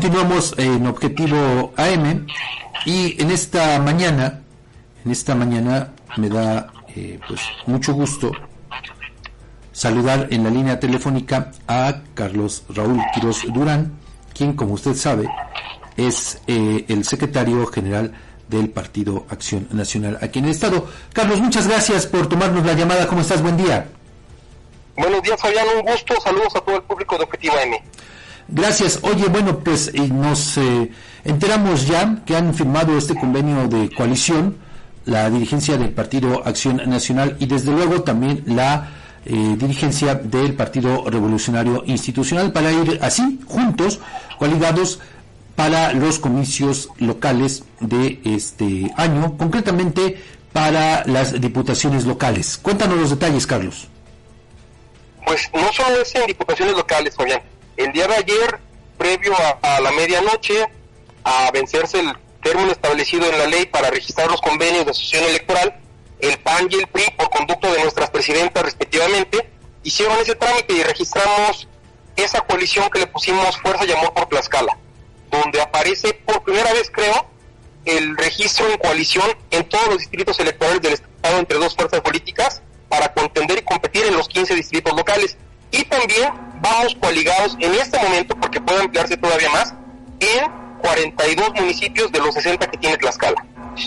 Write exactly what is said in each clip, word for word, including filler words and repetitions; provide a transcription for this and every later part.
Continuamos en Objetivo A M y en esta mañana, en esta mañana me da eh, pues mucho gusto saludar en la línea telefónica a Carlos Raúl Quirós Durán, quien, como usted sabe, es eh, el secretario general del Partido Acción Nacional aquí en el Estado. Carlos, muchas gracias por tomarnos la llamada. ¿Cómo estás? Buen día. Buenos días, Fabián. Un gusto. Saludos a todo el público de Objetivo A M. Gracias. Oye, bueno, pues eh, nos eh, enteramos ya que han firmado este convenio de coalición la dirigencia del Partido Acción Nacional y desde luego también la eh, dirigencia del Partido Revolucionario Institucional para ir así, juntos, coaligados para los comicios locales de este año, concretamente para las diputaciones locales. Cuéntanos los detalles, Carlos. Pues no solo es en diputaciones locales, Fabián. El día de ayer, previo a, a la medianoche, a vencerse el término establecido en la ley para registrar los convenios de asociación electoral, el P A N y el P R I, por conducto de nuestras presidentas respectivamente, hicieron ese trámite y registramos esa coalición que le pusimos Fuerza y Amor por Tlaxcala, donde aparece por primera vez, creo, el registro en coalición en todos los distritos electorales del Estado entre dos fuerzas políticas para contender y competir en los quince distritos locales. Y también vamos coaligados en este momento, porque puede ampliarse todavía más, en cuarenta y dos municipios de los sesenta que tiene Tlaxcala.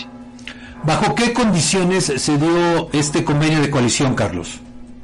¿Bajo qué condiciones se dio este convenio de coalición, Carlos?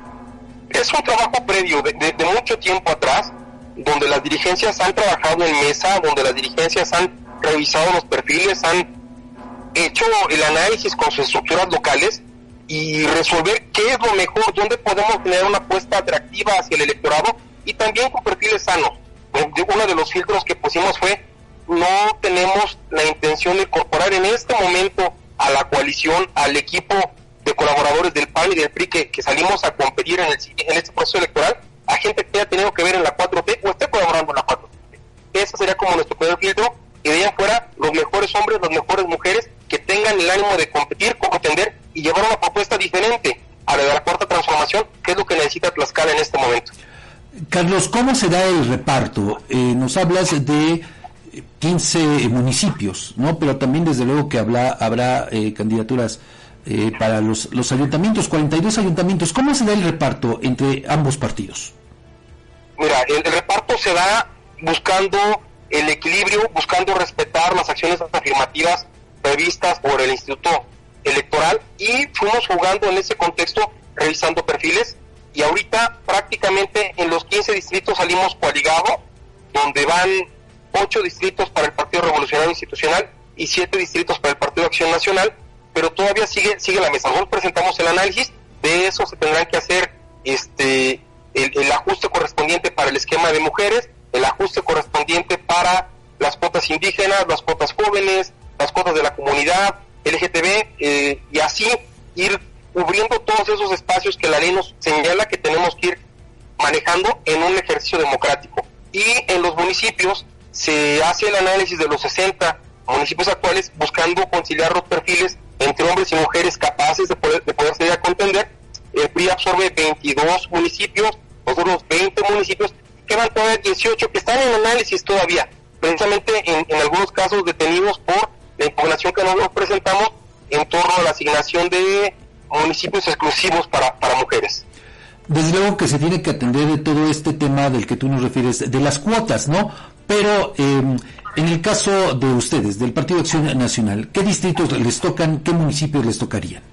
Es un trabajo previo de, de, de mucho tiempo atrás, donde las dirigencias han trabajado en mesa, donde las dirigencias han revisado los perfiles, han hecho el análisis con sus estructuras locales y resolver qué es lo mejor, dónde podemos tener una apuesta atractiva hacia el electorado y también con perfiles sanos. Uno de los filtros que pusimos fue: no tenemos la intención de incorporar en este momento a la coalición, al equipo de colaboradores del P A N y del P R I que, que salimos a competir en, el, en este proceso electoral, a gente que haya tenido que ver en la cuatro T o esté colaborando en la cuatro T. Ese sería como nuestro primer filtro, y de ahí afuera los mejores hombres, las mejores mujeres que tengan el ánimo de competir, contender y llevar una propuesta diferente a la de la cuarta transformación, que es lo que necesita Tlaxcala en este momento. Carlos, ¿cómo se da el reparto? Eh, nos hablas de quince municipios, ¿no? Pero también desde luego que habla, habrá eh, candidaturas eh, para los, los ayuntamientos, cuarenta y dos ayuntamientos. ¿Cómo se da el reparto entre ambos partidos? Mira, el, el reparto se da buscando el equilibrio, buscando respetar las acciones afirmativas previstas por el Instituto Electoral, y fuimos jugando en ese contexto, revisando perfiles, y ahorita prácticamente en los quince distritos salimos coaligados, donde van ocho distritos para el Partido Revolucionario Institucional y siete distritos para el Partido Acción Nacional, pero todavía sigue sigue la mesa. Nosotros presentamos el análisis, de eso se tendrán que hacer este el, el ajuste correspondiente para el esquema de mujeres, el ajuste correspondiente para las cuotas indígenas, las cuotas jóvenes, las cuotas de la comunidad L G T B, eh, y así ir cubriendo todos esos espacios que la ley nos señala que tenemos que ir manejando en un ejercicio democrático. Y en los municipios se hace el análisis de los sesenta municipios actuales, buscando conciliar los perfiles entre hombres y mujeres capaces de poder, de poder salir a contender. El P R I absorbe veintidós municipios, nosotros veinte municipios, quedan todavía dieciocho que están en análisis todavía, precisamente en, en algunos casos detenidos por la impugnación que nosotros presentamos en torno a la asignación de municipios exclusivos para, para mujeres. Desde luego que se tiene que atender de todo este tema del que tú nos refieres, de las cuotas, ¿no? Pero eh, en el caso de ustedes, del Partido Acción Nacional, ¿qué distritos les tocan, qué municipios les tocarían?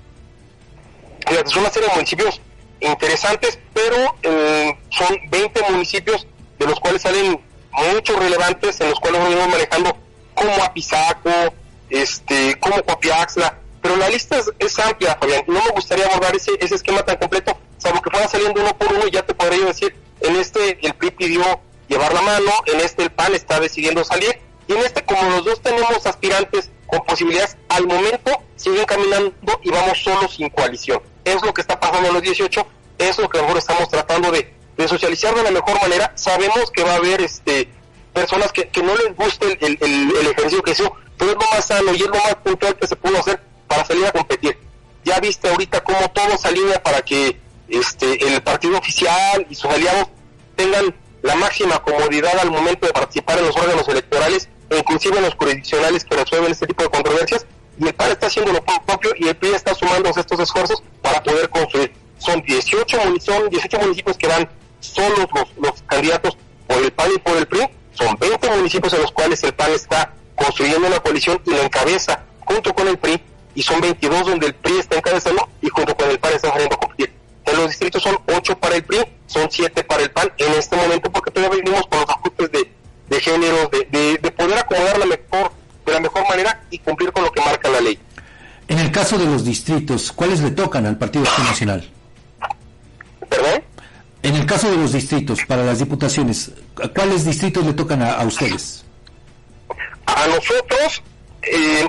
Es una serie de municipios interesantes, pero eh, son veinte municipios, de los cuales salen muchos relevantes, en los cuales nos venimos manejando, como Apizaco, este, como Coapiaxtla, pero la lista es, es amplia, Fabián. No me gustaría abordar ese, ese esquema tan completo, salvo que fuera saliendo uno por uno, y ya te podría decir, en este el P R I pidió llevar la mano, en este el P A N está decidiendo salir, y en este, como los dos tenemos aspirantes con posibilidades, al momento siguen caminando y vamos solos sin coalición. Es lo que está pasando en los dieciocho, es lo que nosotros estamos tratando de, de socializar de la mejor manera. Sabemos que va a haber este personas que, que no les guste el, el, el ejercicio que hizo, pero es lo más sano y es lo más puntual que se pudo hacer para salir a competir. Ya viste ahorita cómo todo se alinea para que este el partido oficial y sus aliados tengan la máxima comodidad al momento de participar en los órganos electorales, e inclusive en los jurisdiccionales que resuelven este tipo de controversias, y el P A N está haciendo lo propio y el P R I está sumando estos esfuerzos para poder construir. Son dieciocho, son dieciocho municipios que dan solos los, los candidatos por el P A N y por el P R I, son veinte municipios en los cuales el P A N está construyendo una coalición y la encabeza junto con el P R I, y son veintidós donde el P R I está encabezando y junto con el P A N está saliendo a competir. En los distritos son ocho para el P R I, son siete para el P A N en este momento, porque todavía venimos con los ajustes de, de género, de, de, de poder acomodar la mejor, de la mejor manera y cumplir con lo que marca la ley. En el caso de los distritos, ¿cuáles le tocan al Partido Acción Nacional? ¿Perdón? En el caso de los distritos, para las diputaciones, ¿cuáles distritos le tocan a, a ustedes? A nosotros, eh,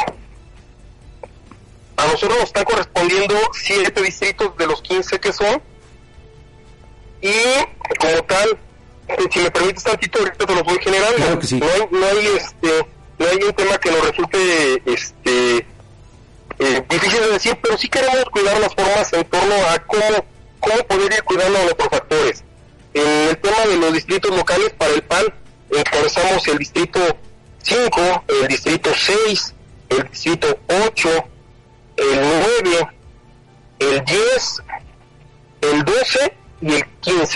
a nosotros nos están correspondiendo siete distritos de los quince que son, y como tal, si me permites tantito, ahorita te los voy generando. Claro que sí. No hay, no hay, este, no hay un tema que nos resulte, este, eh, difícil de decir, pero sí queremos cuidar las formas en torno a cómo, cómo poder ir cuidando a nuestros factores. En el tema de los distritos locales, para el P A N, encabezamos el distrito cinco, el distrito seis, el distrito ocho, el nueve, el diez, el doce y el quince.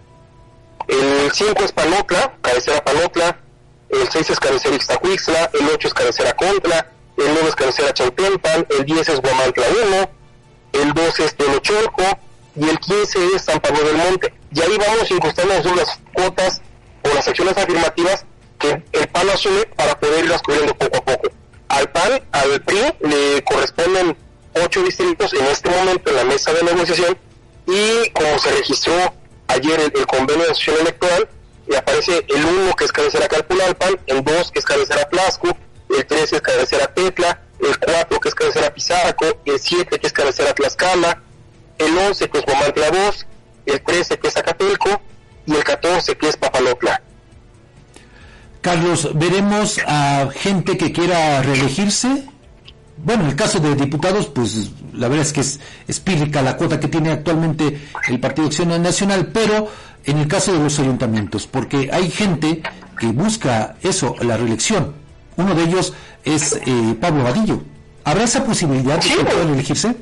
El cinco es Panotla, cabecera Panotla, el seis es cabecera Ixtahuixtla, el ocho es cabecera Contla, el nueve es cabecera Chautempan, el diez es Guamantla uno, el doce es Telocholco y el quince es San Pablo del Monte. Y ahí vamos incrustando las cuotas o las acciones afirmativas que el P A N asume para poder irlas cubriendo poco a poco. Al P A N, al P R I, le corresponden ocho distritos en este momento en la mesa de negociación, y como se registró ayer el, el convenio de asociación electoral, le aparece el uno que es cabecera Calpulalpan, el dos que es cabecera Tlaxco, el tres es cabecera Tetla, el cuatro que es cabecera Pizarco, el siete que es cabecera Tlaxcala, el once que es Guamantla dos, el trece que es Zacatelco y el catorce que es Papalotla. Carlos, ¿veremos a gente que quiera reelegirse? Bueno, en el caso de diputados, pues la verdad es que es, es pírrica la cuota que tiene actualmente el Partido Acción Nacional, pero en el caso de los ayuntamientos, porque hay gente que busca eso, la reelección. Uno de ellos es eh, Pablo Vadillo. ¿Habrá esa posibilidad de sí, que puedan elegirse?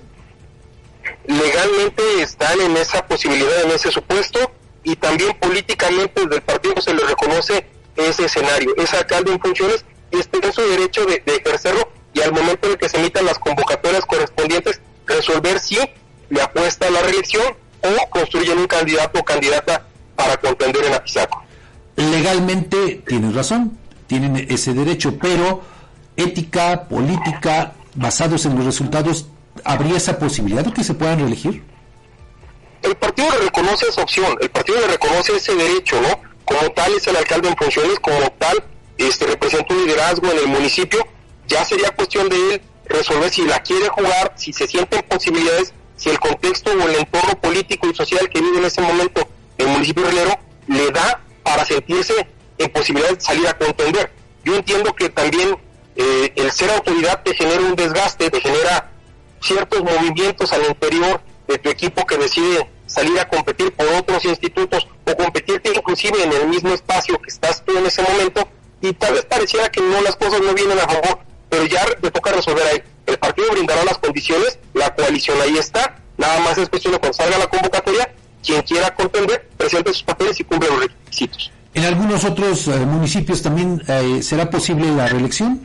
Legalmente están en esa posibilidad, en ese supuesto, y también políticamente desde el partido se le reconoce ese escenario. Es alcalde en funciones y está en su derecho de, de ejercerlo, y al momento en el que se emitan las convocatorias correspondientes, resolver si le apuesta a la reelección o construyen un candidato o candidata para contender en Apizaco. Legalmente tienes razón, tienen ese derecho, pero ética, política, basados en los resultados, ¿habría esa posibilidad de que se puedan reelegir? El partido le reconoce esa opción, el partido le reconoce ese derecho, ¿no? Como tal es el alcalde en funciones, como tal este representa un liderazgo en el municipio. Ya sería cuestión de él resolver si la quiere jugar, si se sienten posibilidades, si el contexto o el entorno político y social que vive en ese momento el municipio realero le da para sentirse en posibilidad de salir a contender. Yo entiendo que también eh, el ser autoridad te genera un desgaste, te genera ciertos movimientos al interior de tu equipo que decide salir a competir por otros institutos o competirte inclusive en el mismo espacio que estás tú en ese momento, y tal vez pareciera que no, las cosas no vienen a favor, pero ya te toca resolver ahí. El partido brindará las condiciones, la coalición ahí está, nada más es cuestión de cuando salga la convocatoria, quien quiera contender, presente sus papeles y cumple los requisitos. ¿En algunos otros eh, municipios también eh, será posible la reelección?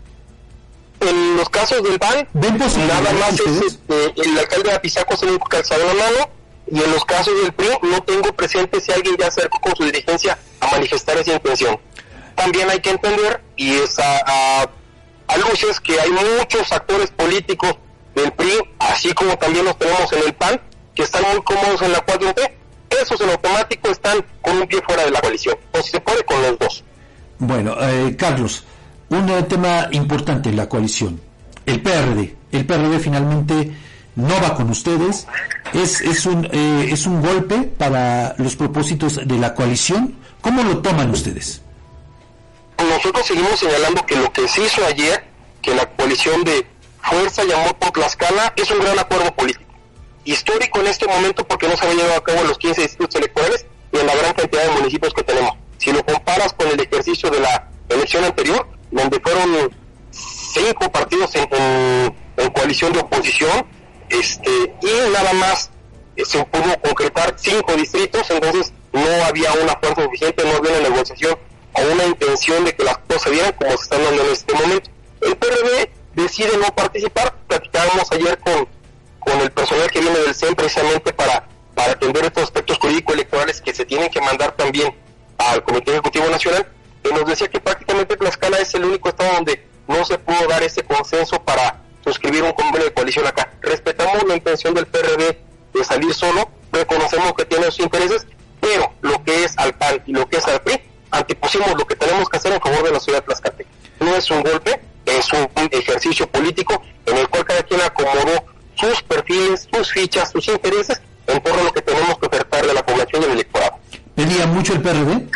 En los casos del P A N, nada más es, este, el alcalde de Apizaco se le calzado en la mano, y en los casos del P R I no tengo presente si alguien ya acercó con su dirigencia a manifestar esa intención. También hay que entender, y es a, a, a luces, que hay muchos actores políticos del P R I, así como también los tenemos en el P A N, que están muy cómodos en la cuatro T. Esos en automático están con un pie fuera de la coalición, o si se puede con los dos. Bueno, eh, Carlos, un tema importante en la coalición, el P R D. El P R D finalmente no va con ustedes. Es, es, un, eh, es un golpe para los propósitos de la coalición. ¿Cómo lo toman ustedes? Nosotros seguimos señalando que lo que se hizo ayer, que la coalición de Fuerza y Amor por Tlaxcala, es un gran acuerdo político. Histórico en este momento porque no se había llevado a cabo en los quince distritos electorales, y en la gran cantidad de municipios que tenemos. Si lo comparas con el ejercicio de la elección anterior, donde fueron cinco partidos en, en, en coalición de oposición, este y nada más eh, se pudo concretar cinco distritos, entonces no había una fuerza suficiente, no había una negociación o una intención de que las cosas se dieran como se están dando en este momento. El P R D decide no participar. Platicábamos ayer con, con el personal que viene del C E N precisamente para, para atender estos aspectos jurídico-electorales que se tienen que mandar también al Comité Ejecutivo Nacional, que nos decía que prácticamente Tlaxcala es el único estado donde no se pudo dar ese consenso para suscribir un convenio de coalición acá. Respetamos la intención del P R D de salir solo, reconocemos que tiene sus intereses, pero lo que es al P A N y lo que es al P R I, antepusimos lo que tenemos que hacer en favor de la ciudad de tlaxcalteca. No es un golpe, es un ejercicio político en el cual cada quien acomodó sus perfiles, sus fichas, sus intereses en torno a lo que tenemos que ofertarle a la población y al electorado. ¿Pedía mucho el P R D?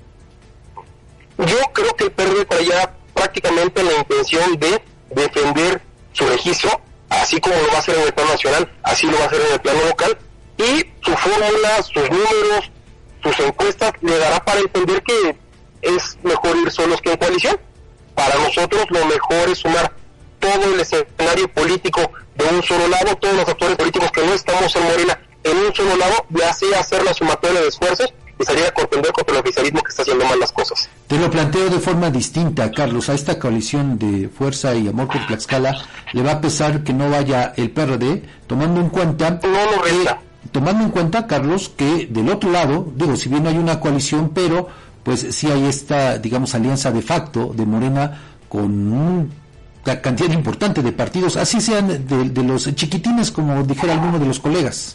Yo creo que el P R D traía prácticamente la intención de defender su registro, así como lo va a hacer en el plano nacional, así lo va a hacer en el plano local, y su fórmula, sus números, sus encuestas le dará para entender que es mejor ir solos que en coalición. Para nosotros lo mejor es sumar todo el escenario político de un solo lado, todos los actores políticos que no estamos en Morena en un solo lado, y así hacer la sumatoria de esfuerzos y salir a contender contra el oficialismo que está haciendo mal las cosas. Te lo planteo de forma distinta, Carlos. A esta coalición de Fuerza y Amor por Tlaxcala le va a pesar que no vaya el P R D, tomando en cuenta... No lo resta. Que, tomando en cuenta, Carlos, que del otro lado, digo, si bien no hay una coalición, pero pues sí hay esta, digamos, alianza de facto de Morena con una cantidad importante de partidos, así sean de, de los chiquitines, como dijera alguno de los colegas.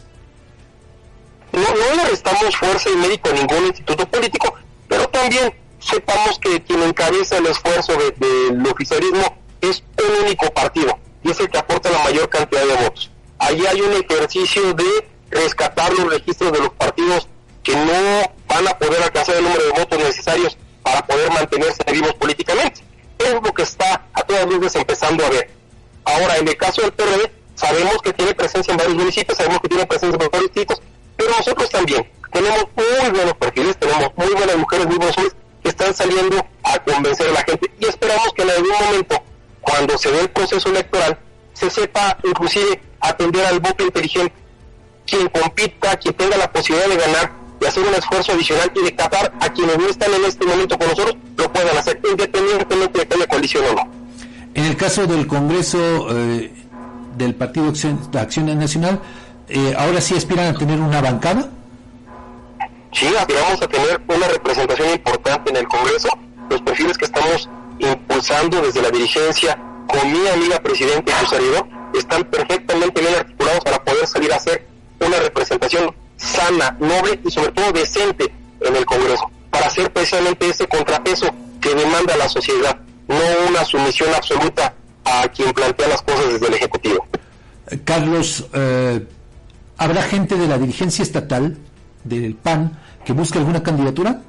No, no le restamos fuerza y mérito a ningún instituto político, pero también sepamos que quien encabeza el esfuerzo de, de, del oficialismo es un único partido, y es el que aporta la mayor cantidad de votos. Ahí hay un ejercicio de rescatar los registros de los partidos que no van a poder alcanzar el número de votos necesarios para poder mantenerse vivos políticamente. Es lo que está a todas luces empezando a ver. Ahora, en el caso del P R D, sabemos que tiene presencia en varios municipios, sabemos que tiene presencia en varios distritos, pero nosotros también tenemos muy buenos perfiles, tenemos muy buenas mujeres, muy buenos hombres que están saliendo a convencer a la gente, y esperamos que en algún momento, cuando se dé el proceso electoral, se sepa inclusive atender al voto inteligente. Quien compita, quien tenga la posibilidad de ganar, de hacer un esfuerzo adicional y de captar a quienes no están en este momento con nosotros, lo puedan hacer, independientemente de que haya coalición o no. En el caso del Congreso eh, del Partido Acción, Acción Nacional, eh, ¿ahora sí aspiran a tener una bancada? Sí, aspiramos a tener una representación importante en el Congreso. Los perfiles que estamos impulsando desde la dirigencia, con mi amiga presidenta y su servidor, están perfectamente bien articulados para poder salir a hacer una representación sana, noble y sobre todo decente en el Congreso, para hacer precisamente ese contrapeso que demanda la sociedad, no una sumisión absoluta a quien plantea las cosas desde el Ejecutivo. Carlos, eh, ¿habrá gente de la dirigencia estatal del P A N que busque alguna candidatura?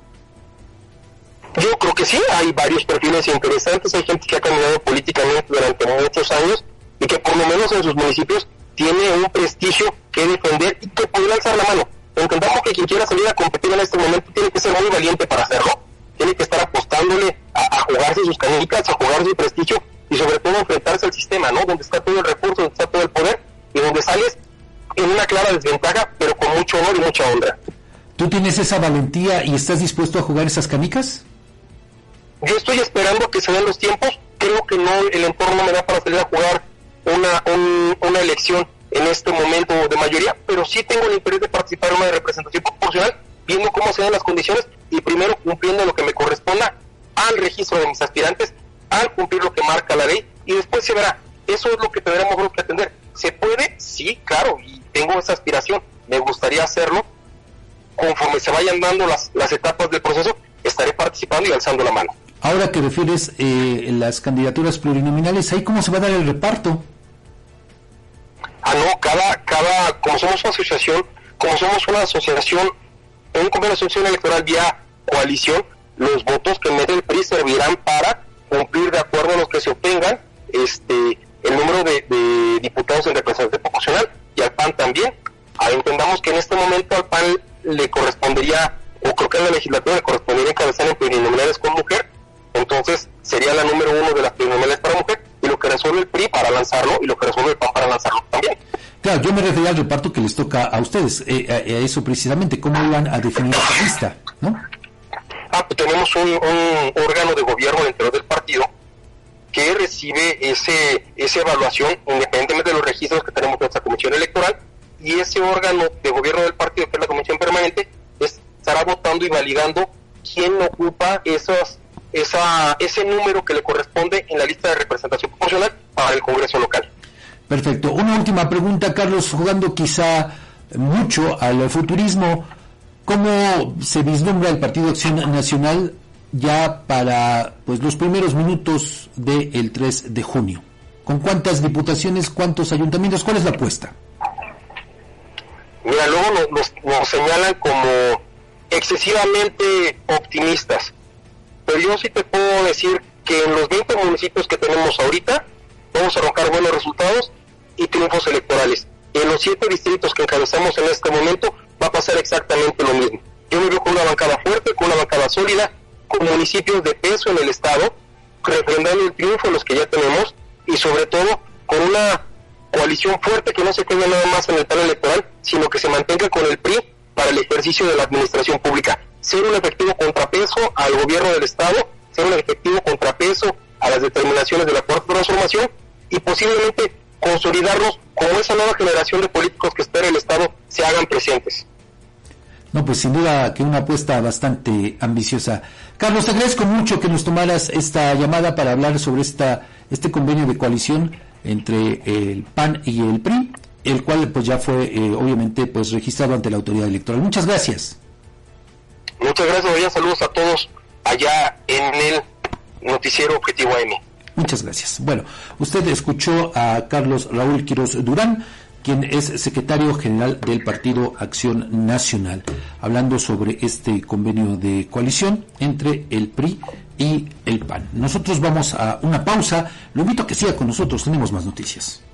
Yo creo que sí, hay varios perfiles interesantes, hay gente que ha caminado políticamente durante muchos años y que por lo menos en sus municipios tiene un prestigio que defender y que podría alzar la mano. Entendamos que quien quiera salir a competir en este momento tiene que ser muy valiente para hacerlo, tiene que estar apostándole a, a jugarse sus canicas, a jugar su prestigio y sobre todo enfrentarse al sistema, ¿no? Donde está todo el recurso, donde está todo el poder y donde sales en una clara desventaja, pero con mucho honor y mucha honra. ¿Tú tienes esa valentía y estás dispuesto a jugar esas canicas? Yo estoy esperando que se den los tiempos, creo que no, el entorno me da para salir a jugar una, un, una elección en este momento de mayoría, pero sí tengo el interés de participar en una representación proporcional, viendo cómo se dan las condiciones y primero cumpliendo lo que me corresponda al registro de mis aspirantes, al cumplir lo que marca la ley, y después se verá. Eso es lo que tendremos que atender. ¿Se puede? Sí, claro, y tengo esa aspiración, me gustaría hacerlo. Conforme se vayan dando las, las etapas del proceso, estaré participando y alzando la mano. Ahora que refieres eh, las candidaturas plurinominales, ¿ahí cómo se va a dar el reparto? Ah, no, cada, cada, como somos una asociación, como somos una asociación, en un convenio de asociación electoral vía coalición, los votos que mete el P R I servirán para cumplir de acuerdo a los que se obtengan este el número de, de diputados en representación proporcional, y al P A N también. Ahí entendamos que en este momento al P A N le correspondería o creo que en la legislatura le correspondería encabezar en plurinominales con mujer, entonces sería la número uno de las plurinominales para mujer, y lo que resuelve el P R I para lanzarlo, y lo que resuelve el P A N para lanzarlo también. Claro, yo me refería al reparto que les toca a ustedes, eh, a, a eso precisamente, cómo iban a definir esa lista, ¿no? Ah, pues tenemos un, un órgano de gobierno dentro del partido que recibe ese esa evaluación independientemente de los registros que tenemos en nuestra comisión electoral, y ese órgano de gobierno del partido, que es la comisión permanente, estará votando y validando quién ocupa esos, esa, ese número que le corresponde en la lista de representación proporcional para el Congreso local. Perfecto. Una última pregunta, Carlos, jugando quizá mucho al futurismo, ¿cómo se vislumbra el Partido Acción Nacional ya para pues los primeros minutos del tres de junio? ¿Con cuántas diputaciones, cuántos ayuntamientos? ¿Cuál es la apuesta? Mira, luego nos, nos, nos señalan como excesivamente optimistas, pero yo sí te puedo decir que en los veinte municipios que tenemos ahorita vamos a arrojar buenos resultados y triunfos electorales. Y en los siete distritos que encabezamos en este momento va a pasar exactamente lo mismo. Yo me veo con una bancada fuerte, con una bancada sólida, con municipios de peso en el estado, refrendando el triunfo de los que ya tenemos, y sobre todo con una coalición fuerte que no se quede nada más en el plano electoral, sino que se mantenga con el P R I para el ejercicio de la administración pública. Ser un efectivo contrapeso al gobierno del estado, ser un efectivo contrapeso a las determinaciones de la Cuarta Transformación, y posiblemente consolidarnos como esa nueva generación de políticos que espera el estado se hagan presentes. No, pues sin duda que una apuesta bastante ambiciosa. Carlos, te agradezco mucho que nos tomaras esta llamada para hablar sobre esta este convenio de coalición entre el P A N y el P R I, el cual pues ya fue eh, obviamente pues registrado ante la autoridad electoral. Muchas gracias. Muchas gracias, María. Saludos a todos allá en el noticiero Objetivo A M. Muchas gracias. Bueno, usted escuchó a Carlos Raúl Quirós Durán, quien es secretario general del Partido Acción Nacional, hablando sobre este convenio de coalición entre el P R I y el P A N. Nosotros vamos a una pausa. Lo invito a que siga con nosotros, tenemos más noticias.